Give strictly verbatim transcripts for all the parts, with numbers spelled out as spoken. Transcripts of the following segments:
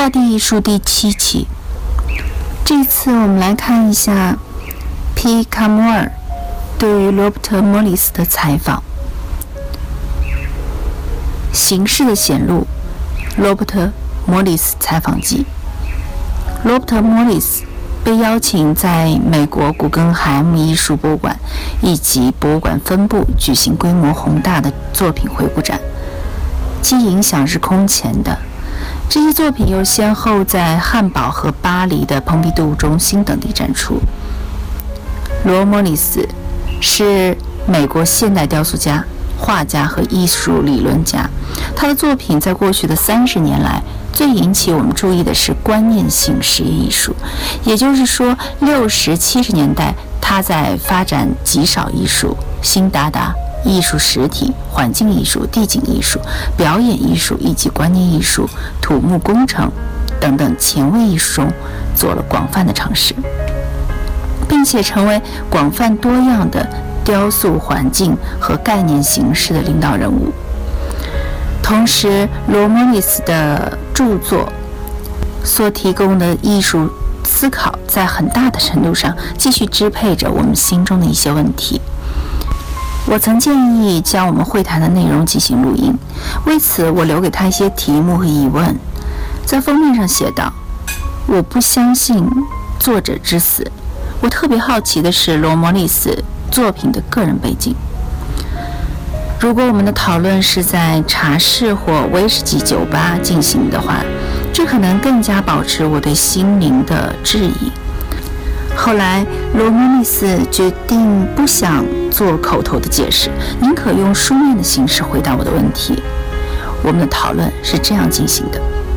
大地艺术第七期。这次我们来看一下 P. 卡摩尔对于罗伯特·莫里斯的采访。形式的显露，罗伯特·莫里斯采访记。罗伯特·莫里斯被邀请在美国古根海姆艺术博物馆以及博物馆分部举行规模宏大的作品回顾展，其影响是空前的。这些作品又先后在汉堡和巴黎的蓬皮杜中心等地展出。罗莫里斯是美国现代雕塑家、画家和艺术理论家，他的作品在过去的三十年来，最引起我们注意的是观念性实验艺术，也就是说，六十七十年代他在发展极少艺术、新达达、艺术实体、环境艺术、地景艺术、表演艺术以及观念艺术、土木工程等等前卫艺术中做了广泛的尝试，并且成为广泛多样的雕塑环境和概念形式的领导人物。同时，罗莫里斯的著作所提供的艺术思考，在很大的程度上继续支配着我们心中的一些问题。我曾建议将我们会谈的内容进行录音，为此我留给他一些题目和疑问。在封面上写道：我不相信作者之死。我特别好奇的是罗莫里斯作品的个人背景。如果我们的讨论是在茶室或威士忌酒吧进行的话，这可能更加保持我对心灵的质疑。后来，罗莫里斯决定不想做口头的解释，宁可用书面的形式回答我的问题。我们的讨论是这样进行的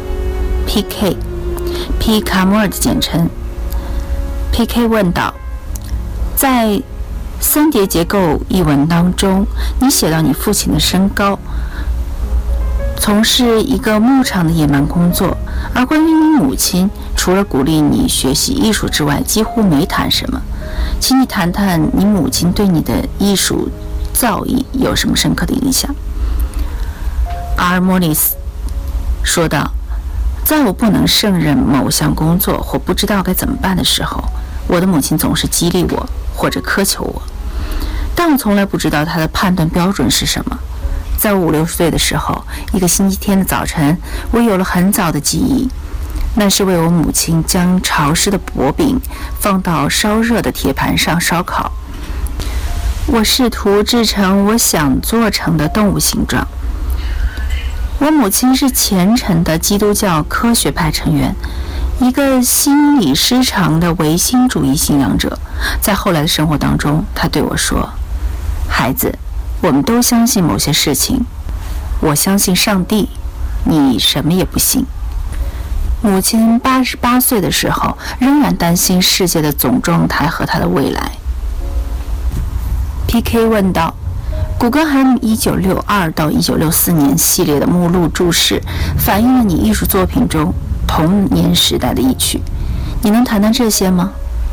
：P K P 卡摩尔的简称。P K 问道：在三叠结构一文当中，你写到你父亲的身高，从事一个牧场的野蛮工作，而关于你母亲，除了鼓励你学习艺术之外，几乎没谈什么。请你谈谈你母亲对你的艺术造诣有什么深刻的影响。阿尔莫里斯说道：在我不能胜任某项工作或不知道该怎么办的时候，我的母亲总是激励我或者苛求我，但我从来不知道她的判断标准是什么。在我五六岁的时候，一个星期天的早晨，我有了很早的记忆，那是为我母亲将潮湿的薄饼放到烧热的铁盘上烧烤。我试图制成我想做成的动物形状。我母亲是虔诚的基督教科学派成员，一个心理失常的唯心主义信仰者。在后来的生活当中，她对我说：孩子，我们都相信某些事情，我相信上帝，你什么也不信。母亲八十八岁的时候，仍然担心世界的总状态和她的未来。P K 问道：古根海姆一九六二到一九六四年系列的目录注释反映了你艺术作品中童年时代的意趣，你能谈谈这些吗？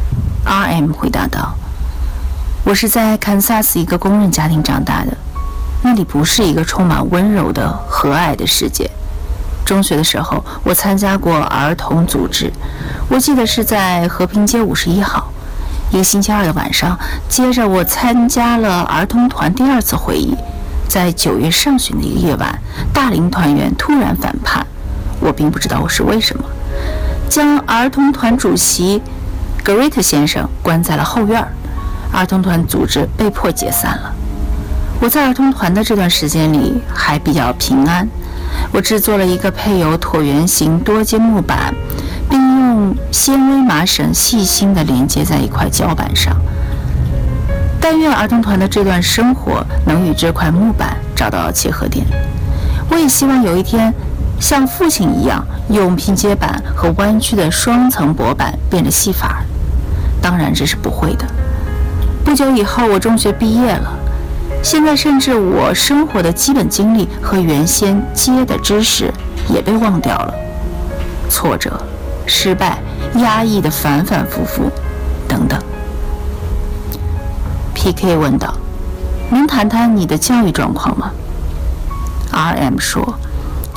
R M 回答道：我是在堪萨斯一个工人家庭长大的，那里不是一个充满温柔的和蔼的世界。中学的时候，我参加过儿童组织，我记得是在和平街五十一号。一个星期二的晚上，接着我参加了儿童团第二次会议。在九月上旬的一个夜晚，大龄团员突然反叛，我并不知道我是为什么，将儿童团主席格瑞特先生关在了后院，儿童团组织被迫解散了。我在儿童团的这段时间里还比较平安，我制作了一个配有椭圆形多尖木板，并用纤维麻绳细心地连接在一块胶板上。但愿儿童团的这段生活能与这块木板找到切合点。我也希望有一天像父亲一样，用拼接板和弯曲的双层薄板变着戏法。当然这是不会的。不久以后，我中学毕业了，现在甚至我生活的基本经历和原先接的知识也被忘掉了。挫折、失败、压抑的反反复复等等。P K 问道：能谈谈你的教育状况吗？ R M 说：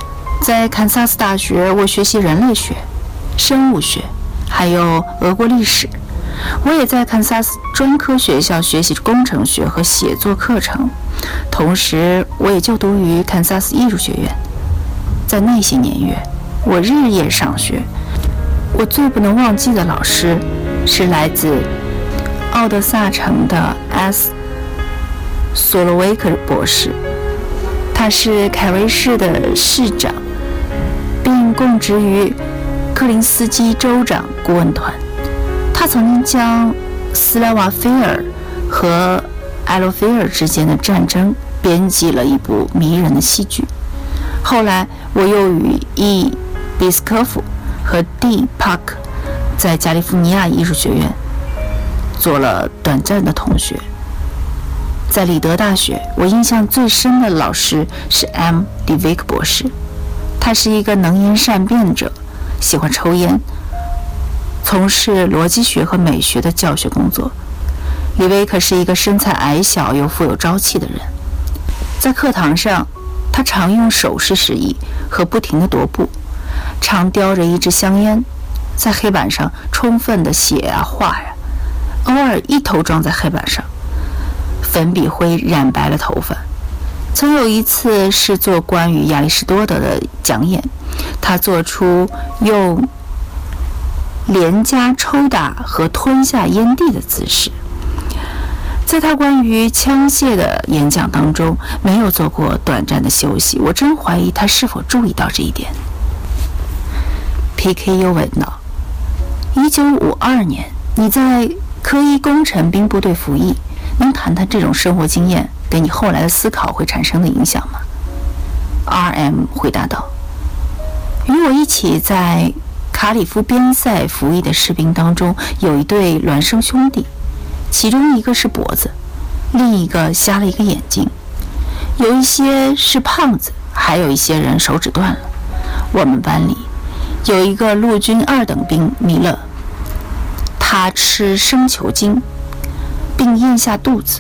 在堪萨斯大学，我学习人类学、生物学，还有俄国历史。我也在堪萨斯专科学校学习工程学和写作课程，同时我也就读于堪萨斯艺术学院。在那些年月，我日夜上学。我最不能忘记的老师是来自奥德萨城的 S. 索洛维克博士，他是凯维市的市长，并供职于克林斯基州长顾问团。他曾经将斯拉瓦菲尔和埃洛菲尔之间的战争编辑了一部迷人的戏剧。后来我又与 E. 比斯科夫和 D. 帕克在加利福尼亚艺术学院做了短暂的同学。在里德大学，我印象最深的老师是 M. 里维克博士，他是一个能言善辩者，喜欢抽烟，从事逻辑学和美学的教学工作。里维克是一个身材矮小又富有朝气的人，在课堂上，他常用手势示意和不停地踱步，常叼着一支香烟，在黑板上充分地写啊画呀、啊，偶尔一头撞在黑板上，粉笔灰染白了头发。曾有一次是做关于亚里士多德的讲演，他做出用连夹抽打和吞下烟蒂的姿势。在他关于枪械的演讲当中，没有做过短暂的休息，我真怀疑他是否注意到这一点。P K 又问道：一九五二年，你在科一工程兵部队服役，能谈谈这种生活经验对你后来的思考会产生的影响吗？ R M 回答道：与我一起在卡里夫边塞服役的士兵当中，有一对孪生兄弟，其中一个是跛子，另一个瞎了一个眼睛，有一些是胖子，还有一些人手指断了。我们班里有一个陆军二等兵米勒，他吃生球精并咽下肚子。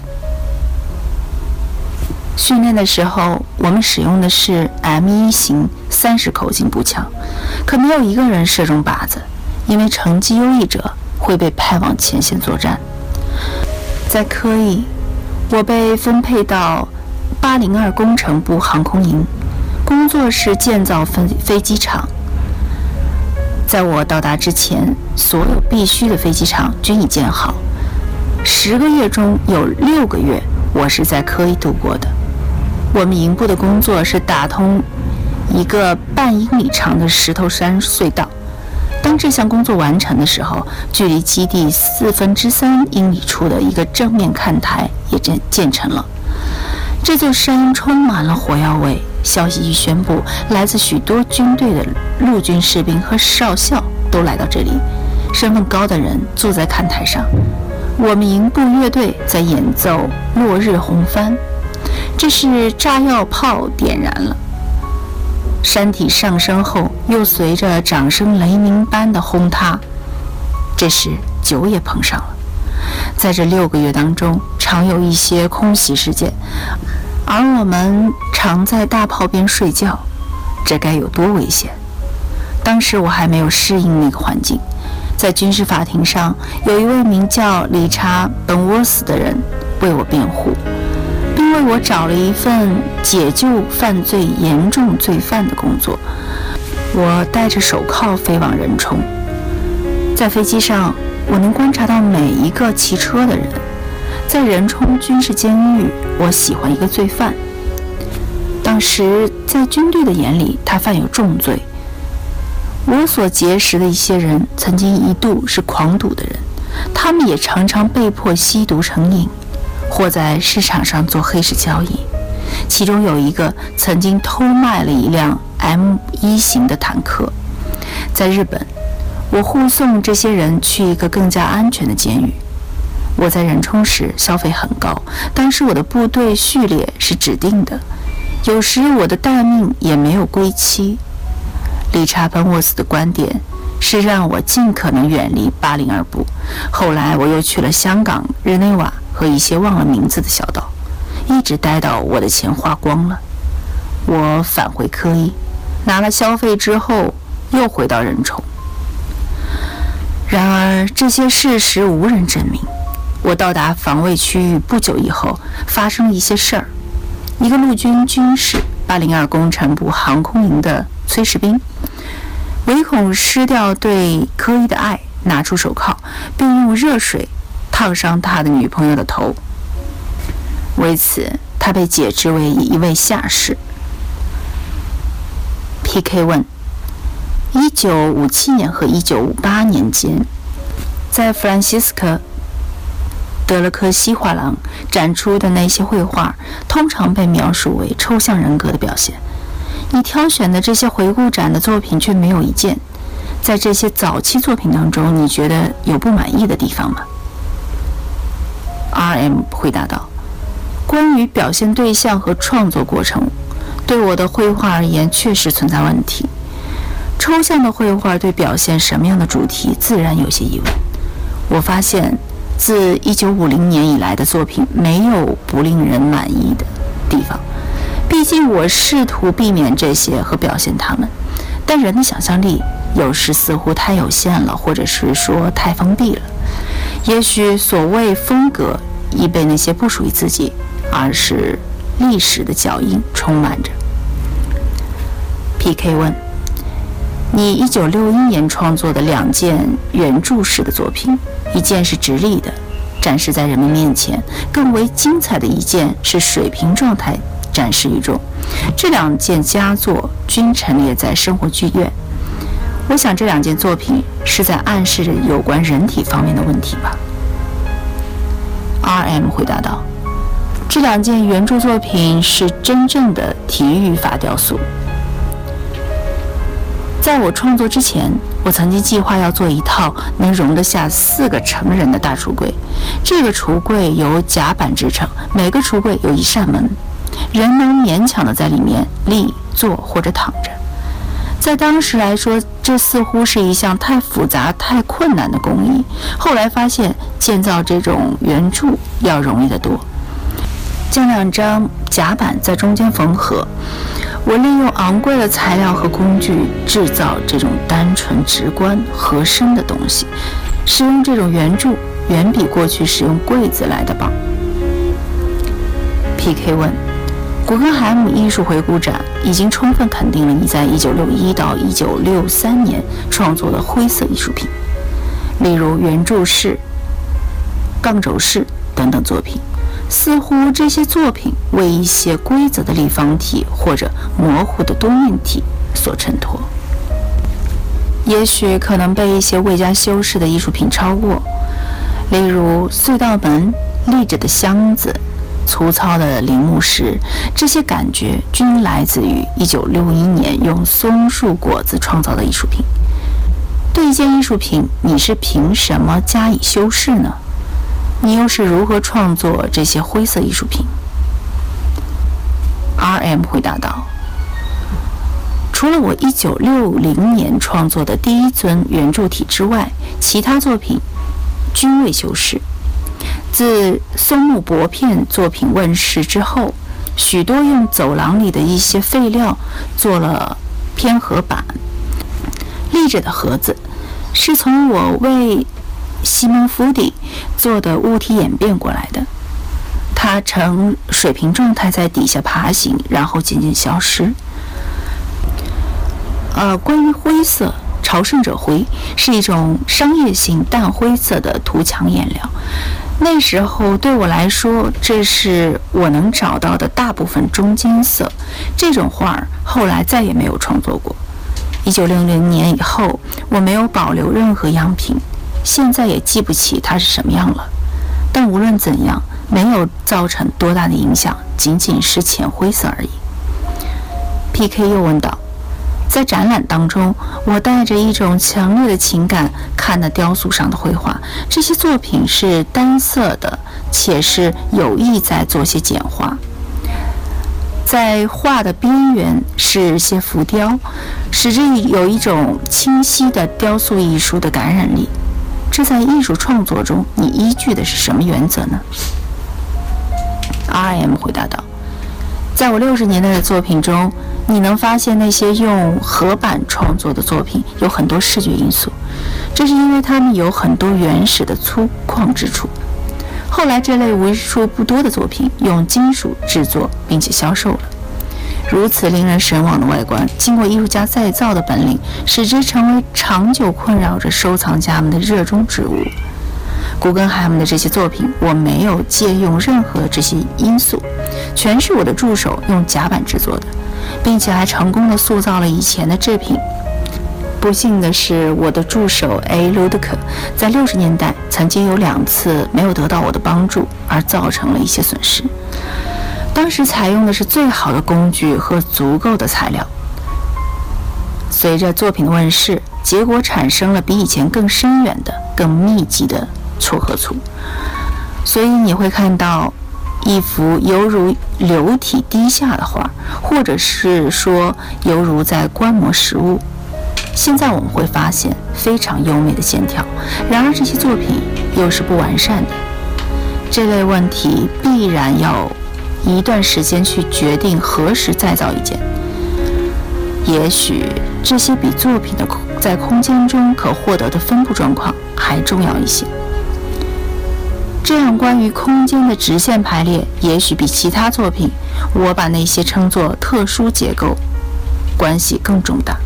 训练的时候，我们使用的是 M 一 型三十口径步枪，可没有一个人射中靶子，因为成绩优异者会被派往前线作战。在科一，我被分配到八零二工程部航空营，工作是建造飞飞机场。在我到达之前，所有必须的飞机场均已建好。十个月中有六个月我是在科一度过的。我们营部的工作是打通一个半英里长的石头山隧道。当这项工作完成的时候，距离基地四分之三英里处的一个正面看台也建建成了。这座山充满了火药味。消息一宣布，来自许多军队的陆军士兵和少校都来到这里，身份高的人坐在看台上。我们营部乐队在演奏《落日红帆》，这是炸药炮点燃了。山体上升后，又随着掌声雷鸣般的轰塌。这时酒也碰上了。在这六个月当中，常有一些空袭事件，而我们常在大炮边睡觉，这该有多危险！当时我还没有适应那个环境。在军事法庭上，有一位名叫理查·本沃斯的人为我辩护，并为我找了一份解救犯罪严重罪犯的工作。我戴着手铐飞往仁冲，在飞机上，我能观察到每一个骑车的人。在仁冲军事监狱，我喜欢一个罪犯。当时在军队的眼里，他犯有重罪。我所结识的一些人，曾经一度是狂赌的人，他们也常常被迫吸毒成瘾，或在市场上做黑市交易。其中有一个曾经偷卖了一辆 M 一 型的坦克。在日本，我护送这些人去一个更加安全的监狱。我在仁冲时消费很高，当时我的部队序列是指定的，有时我的待命也没有归期。理查·本沃斯的观点是让我尽可能远离八零二部。后来我又去了香港、日内瓦和一些忘了名字的小岛，一直待到我的钱花光了。我返回科一， 拿了消费之后又回到人宠。然而这些事实无人证明。我到达防卫区域不久以后，发生了一些事儿。一个陆军军士八零二工程部航空营的炊事兵，唯恐失掉对科伊的爱，拿出手铐，并用热水烫伤他的女朋友的头。为此，他被解职为一位下士。P K 问：一九五七年和一九五八年间，在弗兰西斯科德勒科西画廊展出的那些绘画，通常被描述为抽象人格的表现。你挑选的这些回顾展的作品却没有一件。在这些早期作品当中，你觉得有不满意的地方吗？ R M 回答道：关于表现对象和创作过程，对我的绘画而言确实存在问题。抽象的绘画对表现什么样的主题自然有些疑问。我发现自一九五零年以来的作品没有不令人满意的地方，毕竟我试图避免这些和表现它们，但人的想象力有时似乎太有限了，或者是说太封闭了。也许所谓风格已被那些不属于自己，而是历史的脚印充满着。 P K 问：你一九六一年创作的两件圆柱式的作品，一件是直立的，展示在人们面前，更为精彩的一件是水平状态展示于众。这两件佳作均陈列在生活剧院。我想这两件作品是在暗示着有关人体方面的问题吧。 R M 回答道：这两件圆柱作品是真正的体育法雕塑。在我创作之前，我曾经计划要做一套能容得下四个成人的大橱柜。这个橱柜由甲板制成，每个橱柜有一扇门，人能勉强地在里面立、坐或者躺着。在当时来说，这似乎是一项太复杂、太困难的工艺。后来发现，建造这种圆柱要容易得多。将两张甲板在中间缝合，我利用昂贵的材料和工具制造这种单纯、直观、合身的东西。使用这种圆柱远比过去使用柜子来的棒。P K 问：古根海姆艺术回顾展已经充分肯定了你在一九六一到一九六三年创作的灰色艺术品，例如圆柱式、杠轴式等等作品。似乎这些作品为一些规则的立方体或者模糊的多面体所衬托，也许可能被一些未加修饰的艺术品超过，例如隧道门、立着的箱子、粗糙的陵墓石。这些感觉均来自于一九六一年用松树果子创造的艺术品。对一件艺术品，你是凭什么加以修饰呢？你又是如何创作这些灰色艺术品？ R M 回答道：除了我一九六零年创作的第一尊圆柱体之外，其他作品均未修饰。自松木薄片作品问世之后，许多用走廊里的一些废料做了偏合板。立着的盒子是从我为西蒙福迪做的物体演变过来的，它呈水平状态在底下爬行，然后渐渐消失。呃，关于灰色，朝圣者灰是一种商业性淡灰色的涂墙颜料。那时候对我来说，这是我能找到的大部分中间色。这种画后来再也没有创作过。一九六零年以后，我没有保留任何样品。现在也记不起它是什么样了，但无论怎样，没有造成多大的影响，仅仅是浅灰色而已。P K 又问道：在展览当中，我带着一种强烈的情感看了雕塑上的绘画，这些作品是单色的，且是有意在做些简化。在画的边缘是些浮雕，使之有一种清晰的雕塑艺术的感染力。这在艺术创作中，你依据的是什么原则呢？ R M 回答道：在我六十年代的作品中， 你能发现那些用合板创作的作品有很多视觉因素，这是因为它们有很多原始的粗犷之处。后来这类为数不多的作品用金属制作并且销售了。如此令人神往的外观，经过艺术家再造的本领，使之成为长久困扰着收藏家们的热衷之物。古根海姆的这些作品，我没有借用任何这些因素，全是我的助手用甲板制作的，并且还成功地塑造了以前的制品。不幸的是，我的助手 A. 卢德克在六十年代曾经有两次没有得到我的帮助，而造成了一些损失。当时采用的是最好的工具和足够的材料。随着作品的问世，结果产生了比以前更深远的、更密集的撮合处，所以你会看到一幅犹如流体滴下的画，或者是说犹如在观摩实物。现在我们会发现非常优美的线条，然而这些作品又是不完善的。这类问题必然要一段时间去决定何时再造一件。也许这些比作品的在空间中可获得的分布状况还重要一些。这样关于空间的直线排列，也许比其他作品，我把那些称作特殊结构，关系更重大。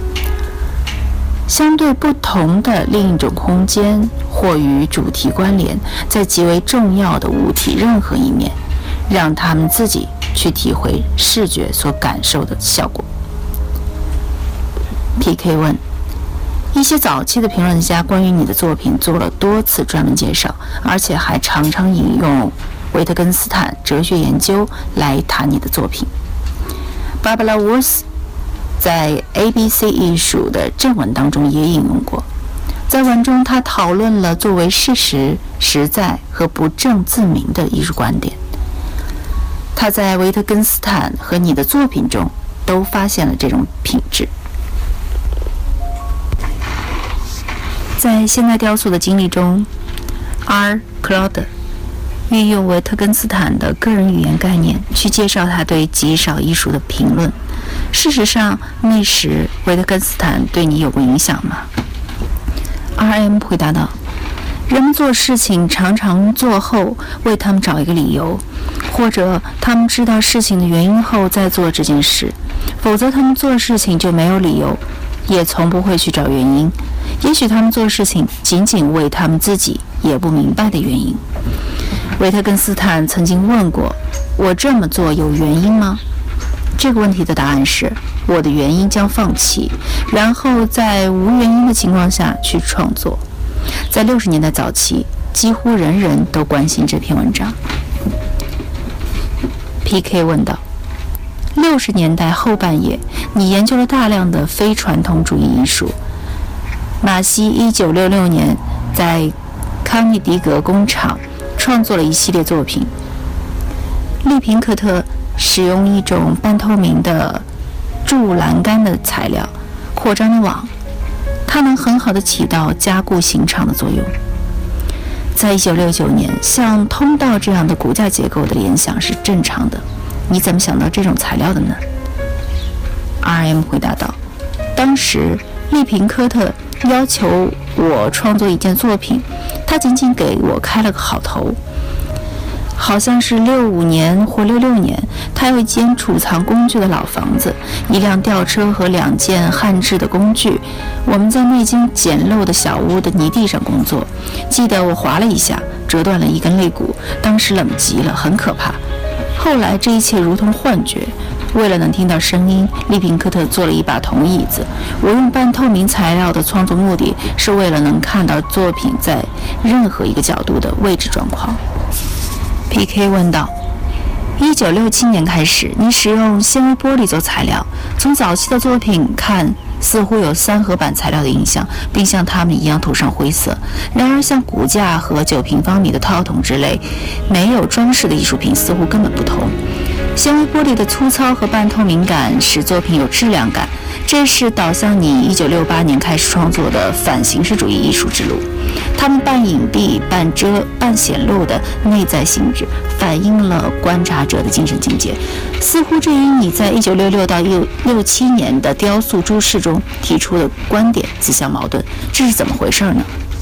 相对不同的另一种空间，或与主题关联，在极为重要的物体任何一面，让他们自己去体会视觉所感受的效果。P K 问：一些早期的评论家关于你的作品做了多次专门介绍，而且还常常引用维特根斯坦哲学研究来谈你的作品。Barbara Worth 在 A B C 艺术的正文当中也引用过，在文中他讨论了作为事实、实在和不证自明的艺术观点。他在维特根斯坦和你的作品中都发现了这种品质。在现代雕塑的经历中 ，R. Claude 运用维特根斯坦的个人语言概念去介绍他对极少艺术的评论。事实上，那时维特根斯坦对你有过影响吗 ？R M 回答道：人们做事情常常做后为他们找一个理由，或者他们知道事情的原因后再做这件事，否则他们做事情就没有理由，也从不会去找原因。也许他们做事情仅仅为他们自己也不明白的原因。维特根斯坦曾经问过：我这么做有原因吗？这个问题的答案是：我的原因将放弃，然后在无原因的情况下去创作。在六十年代早期，几乎人人都关心这篇文章。P K 问道：六十年代后半叶，你研究了大量的非传统主义艺术。马西一九六六年在康涅狄格工厂创作了一系列作品。利平克特使用一种半透明的柱栏杆的材料，扩张的网，它能很好的起到加固刑场的作用。在一九六九年，像通道这样的骨架结构的联想是正常的。你怎么想到这种材料的呢？ R M 回答道：当时利平科特要求我创作一件作品，他仅仅给我开了个好头。好像是六五年或六六年，他有一间储藏工具的老房子，一辆吊车和两件焊制的工具。我们在那间简陋的小屋的泥地上工作。记得我滑了一下，折断了一根肋骨，当时冷极了，很可怕。后来这一切如同幻觉。为了能听到声音，利平克特做了一把铜椅子。我用半透明材料的创作目的是为了能看到作品在任何一个角度的位置状况。P K 问道：一九六七年开始，你使用纤维玻璃做材料，从早期的作品看，似乎有三合板材料的影响，并像它们一样涂上灰色。然而，像骨架和九平方米的套筒之类没有装饰的艺术品似乎根本不同。纤维玻璃的粗糙和半透明感使作品有质量感， 这是导向你一九六八年开始创作的反形式主义艺术之路。他们半隐蔽、半遮、半显露的内在性质，反映了观察者的精神境界，似乎这与你在一九六六到一九六七年的雕塑诸事中提出的观点自相矛盾。这是怎么回事呢？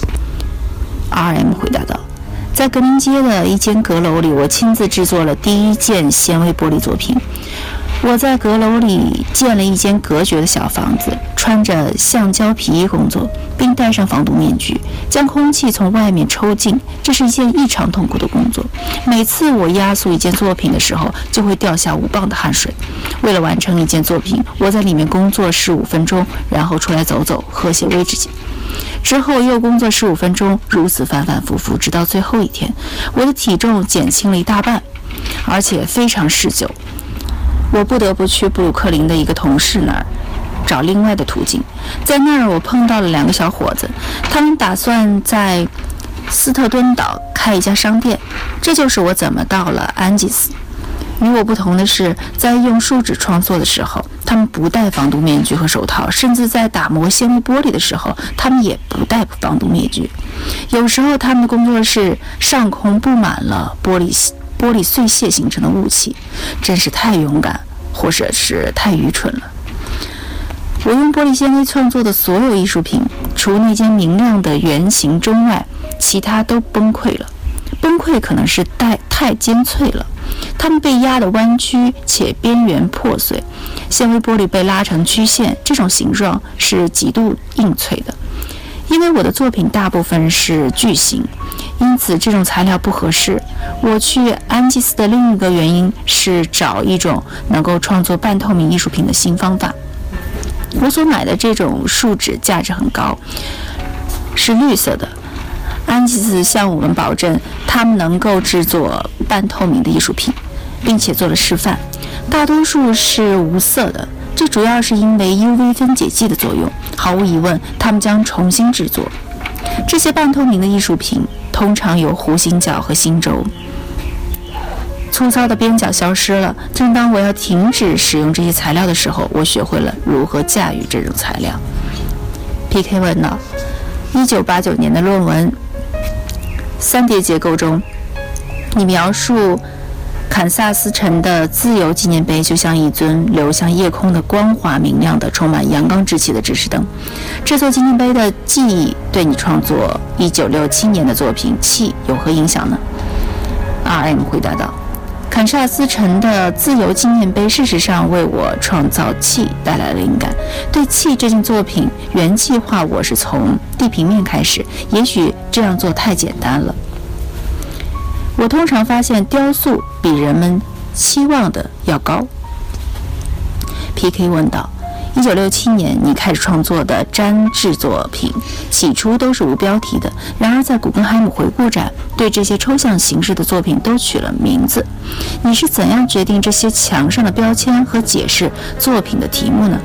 R M 回答道，在革命街的一间阁楼里，我亲自制作了第一件纤维玻璃作品。我在阁楼里建了一间隔绝的小房子，穿着橡胶皮衣工作，并戴上防毒面具，将空气从外面抽进。这是一件异常痛苦的工作。每次我压缩一件作品的时候，就会掉下五磅的汗水。为了完成一件作品，我在里面工作十五分钟，然后出来走走，喝些威士忌。之后又工作十五分钟，如此反反复复，直到最后一天，我的体重减轻了一大半，而且非常嗜酒。我不得不去布鲁克林的一个同事那儿找另外的途径。在那儿我碰到了两个小伙子，他们打算在斯特敦岛开一家商店。这就是我怎么到了安吉斯。与我不同的是，在用树脂创作的时候，他们不戴防毒面具和手套，甚至在打磨纤维玻璃的时候，他们也不戴防毒面具。有时候他们的工作室上空布满了玻璃玻璃碎屑形成的雾气，真是太勇敢，或者是太愚蠢了。我用玻璃纤维创作的所有艺术品，除那间明亮的圆形钟外，其他都崩溃了。崩溃可能是太太尖脆了，它们被压得弯曲且边缘破碎。纤维玻璃被拉成曲线，这种形状是极度硬脆的。因为我的作品大部分是巨型，因此这种材料不合适。我去安吉斯的另一个原因是找一种能够创作半透明艺术品的新方法。我所买的这种树脂价值很高，是绿色的。安吉斯向我们保证，他们能够制作半透明的艺术品，并且做了示范。大多数是无色的，这主要是因为 U V 分解剂的作用。毫无疑问，他们将重新制作。这些半透明的艺术品通常有弧形角和星轴，粗糙的边角消失了。正当我要停止使用这些材料的时候，我学会了如何驾驭这种材料。P K 问道：一九八九年的论文三叠结构中，你描述堪萨斯城的自由纪念碑就像一尊流向夜空的光滑明亮的充满阳刚之气的指示灯。这座纪念碑的记忆对你创作一九六七年的作品《气》有何影响呢？ R M 回答道：堪萨斯城的自由纪念碑事实上为我创造《气》带来了灵感。对《气》这件作品原计划我是从地平面开始，也许这样做太简单了。我通常发现雕塑比人们期望的要高。P K 问道：一九六七年你开始创作的粘制作品，起初都是无标题的，然而在古根海姆回顾展对这些抽象形式的作品都取了名字。你是怎样决定这些墙上的标签和解释作品的题目呢？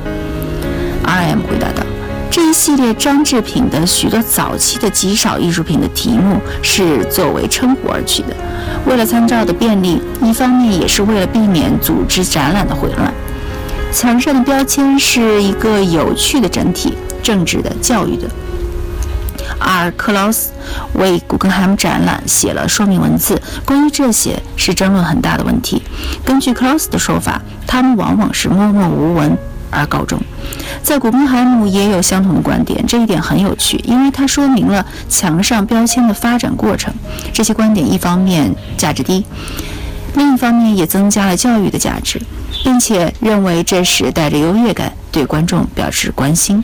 R M 回答道：这一系列粘制品的许多早期的极少艺术品的题目是作为称呼而取的，为了参照的便利，一方面也是为了避免组织展览的混乱。墙上的标签是一个有趣的整体，政治的、教育的。阿尔克劳斯为古根海姆展览写了说明文字，关于这些是争论很大的问题。根据克劳斯的说法，他们往往是默默无闻而告终。在古根海姆也有相同的观点，这一点很有趣，因为它说明了墙上标签的发展过程。这些观点一方面价值低，另一方面也增加了教育的价值，并且认为这时带着优越感对观众表示关心。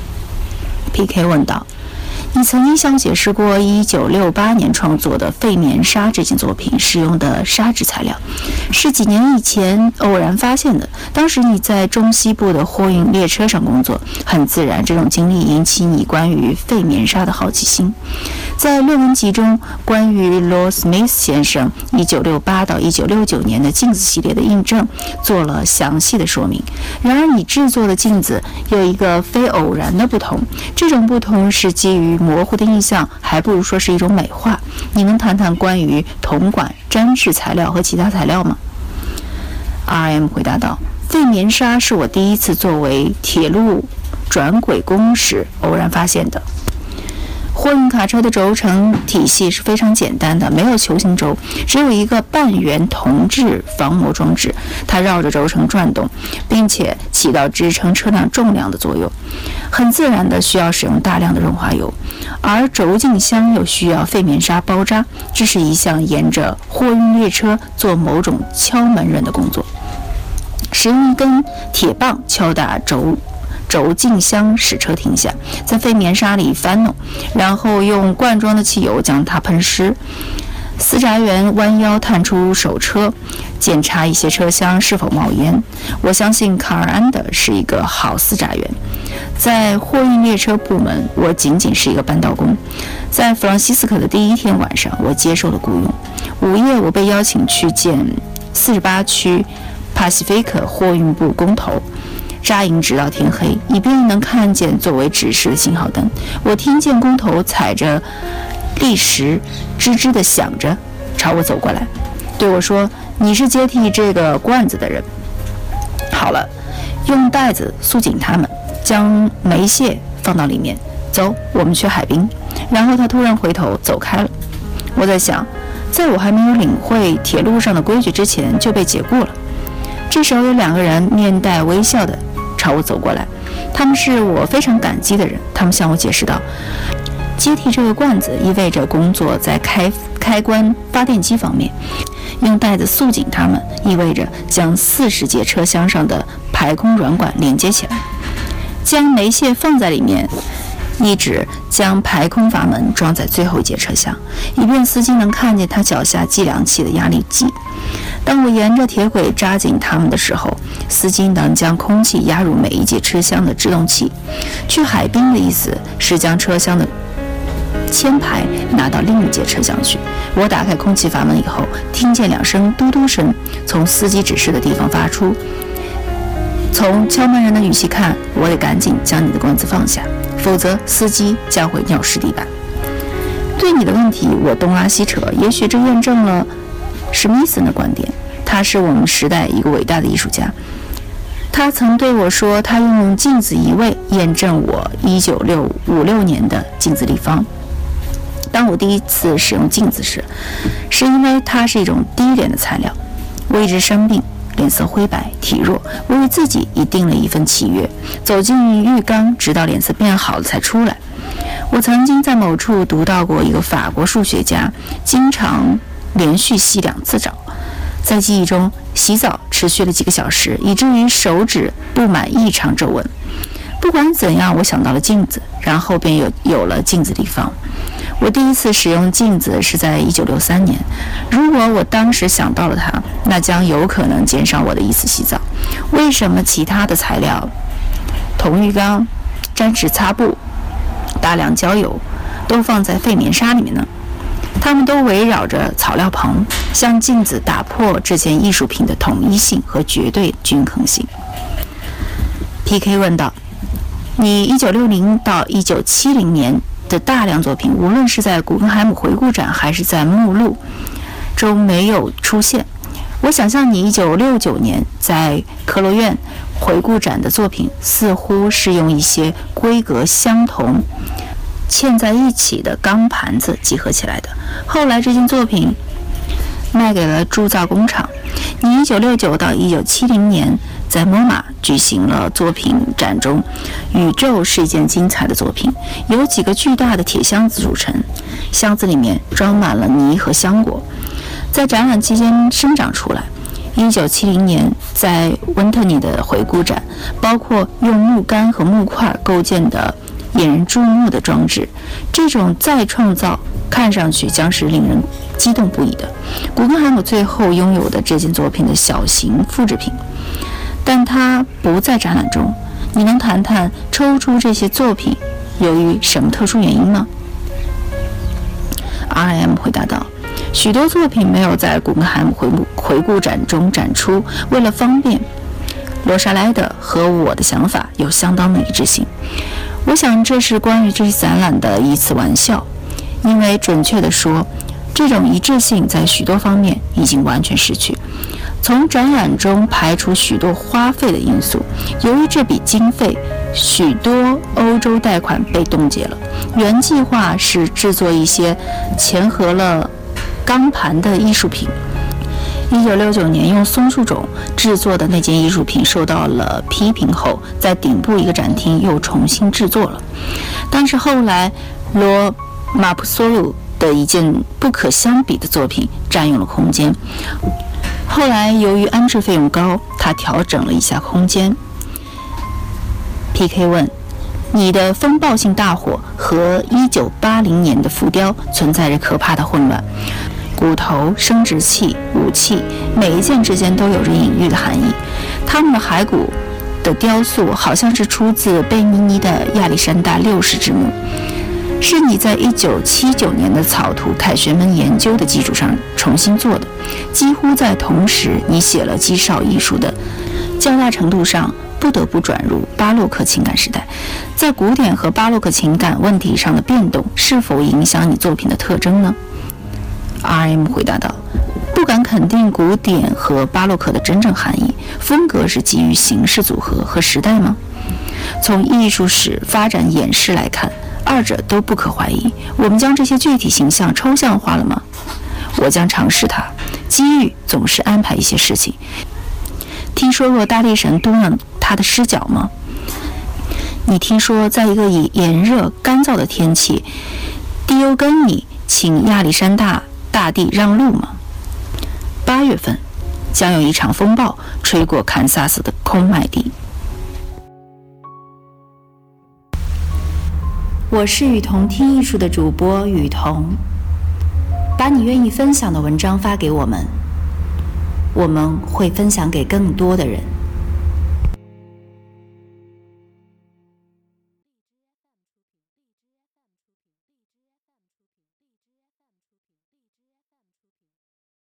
P K 问道：你曾经向我解释过一九六八年创作的废棉纱这件作品使用的纱质材料，是几年以前偶然发现的。当时你在中西部的货运列车上工作，很自然这种经历引起你关于废棉纱的好奇心。在论文集中，关于罗斯密斯先生一九六八到一九六九年的镜子系列的印证做了详细的说明。然而你制作的镜子有一个非偶然的不同，这种不同是基于模糊的印象，还不如说是一种美化。你能谈谈关于铜管、粘制材料和其他材料吗？ R M 回答道：费棉沙是我第一次作为铁路转轨工时偶然发现的。货运卡车的轴承体系是非常简单的，没有球形轴，只有一个半圆铜制防磨装置，它绕着轴承转动，并且起到支撑车辆重量的作用，很自然的需要使用大量的润滑油，而轴径箱又需要费棉沙包扎，这是一项沿着货运列车做某种敲门人的工作，使用一根铁棒敲打轴轴径箱使车停下，在费棉沙里翻弄，然后用罐装的汽油将它喷湿。司闸员弯腰探出手车，检查一些车厢是否冒烟。我相信卡尔安德是一个好司闸员。在货运列车部门，我仅仅是一个搬道工。在弗朗西斯科的第一天晚上，我接受了雇佣。午夜，我被邀请去见四十八区帕西菲克货运部工头。扎营直到天黑，以便能看见作为指示的信号灯。我听见工头踩着砾石吱吱地响着，朝我走过来，对我说：你是接替这个罐子的人。好了，用带子束紧它们，将煤屑放到里面。走，我们去海滨。然后他突然回头走开了。我在想，在我还没有领会铁路上的规矩之前就被解雇了。这时候有两个人面带微笑的朝我走过来，他们是我非常感激的人。他们向我解释道，接替这个罐子意味着工作在开开关发电机方面，用带子束紧它们意味着将四十节车厢上的排空软管连接起来，将煤屑放在里面，一直将排空阀门装在最后一节车厢，以便司机能看见他脚下计量器的压力计。当我沿着铁轨扎紧它们的时候，司机能将空气压入每一节车厢的制动器。去海滨的意思是将车厢的铅排拿到另一节车厢去。我打开空气阀门以后，听见两声嘟嘟声从司机指示的地方发出。从敲门人的语气看，我得赶紧将你的罐子放下，否则司机将会尿湿地板。对你的问题我东拉西扯，也许这验证了史密森的观点。他是我们时代一个伟大的艺术家。他曾对我说，他用镜子移位验证我一九五六年的镜子立方。当我第一次使用镜子时，是因为它是一种低廉的材料。我一直生病，脸色灰白，体弱。我为自己已订了一份契约，走进浴缸，直到脸色变好了才出来。我曾经在某处读到过一个法国数学家经常连续洗两次澡，在记忆中，洗澡持续了几个小时，以至于手指布满异常皱纹。不管怎样，我想到了镜子，然后便有有了镜子立方。我第一次使用镜子是在一九六三年。如果我当时想到了它，那将有可能减少我的一次洗澡。为什么其他的材料，铜浴缸、沾纸擦布、大量焦油，都放在费棉沙里面呢？它们都围绕着草料棚，向镜子打破这件艺术品的统一性和绝对均衡性。P K 问道：你一九六零到一九七零年的大量作品，无论是在古根海姆回顾展还是在目录中没有出现。我想象你一九六九年在科罗院回顾展的作品，似乎是用一些规格相同嵌在一起的钢盘子集合起来的。后来这件作品卖给了铸造工厂。你一九六九到一九七零年在 M O M A 举行了作品展中，宇宙是一件精彩的作品，由几个巨大的铁箱子组成，箱子里面装满了泥和香果，在展览期间生长出来。一九七零年在温特尼的回顾展，包括用木杆和木块构建的引人注目的装置，这种再创造看上去将是令人激动不已的。古根海姆最后拥有的这件作品的小型复制品，但它不在展览中。你能谈谈抽出这些作品由于什么特殊原因吗？ R M 回答道：许多作品没有在古根海姆回顾回顾展中展出，为了方便，罗莎莱德和我的想法有相当的一致性。我想这是关于这些展览的一次玩笑，因为准确地说，这种一致性在许多方面已经完全失去。 从展览中排除许多花费的因素。由于这笔经费，许多欧洲贷款被冻结了。原计划是制作一些嵌合了钢盘的艺术品。一九六九年用松树种制作的那件艺术品受到了批评后，在顶部一个展厅又重新制作了。但是后来罗马普索鲁的一件不可相比的作品占用了空间。后来由于安置费用高，他调整了一下空间。P K 问：你的风暴性大火和一九八零年的浮雕存在着可怕的混乱，骨头、生殖器、武器，每一件之间都有着隐喻的含义。他们的骸骨的雕塑好像是出自贝尼尼的亚历山大六世之墓，是你在一九七九年的草图凯旋门研究的基础上重新做的。几乎在同时，你写了极少艺术的，较大程度上不得不转入巴洛克情感时代。在古典和巴洛克情感问题上的变动，是否影响你作品的特征呢？ R M 回答道：不敢肯定古典和巴洛克的真正含义。风格是基于形式组合和时代吗？从艺术史发展演示来看，二者都不可怀疑。我们将这些具体形象抽象化了吗？我将尝试它。机遇总是安排一些事情。听说过大力神嘟囔他的狮角吗？你听说在一个以炎热干燥的天气，迪欧根尼请亚历山大大帝让路吗？八月份将有一场风暴吹过堪萨斯的空麦地。我是雨桐听艺术的主播雨桐，把你愿意分享的文章发给我们，我们会分享给更多的人。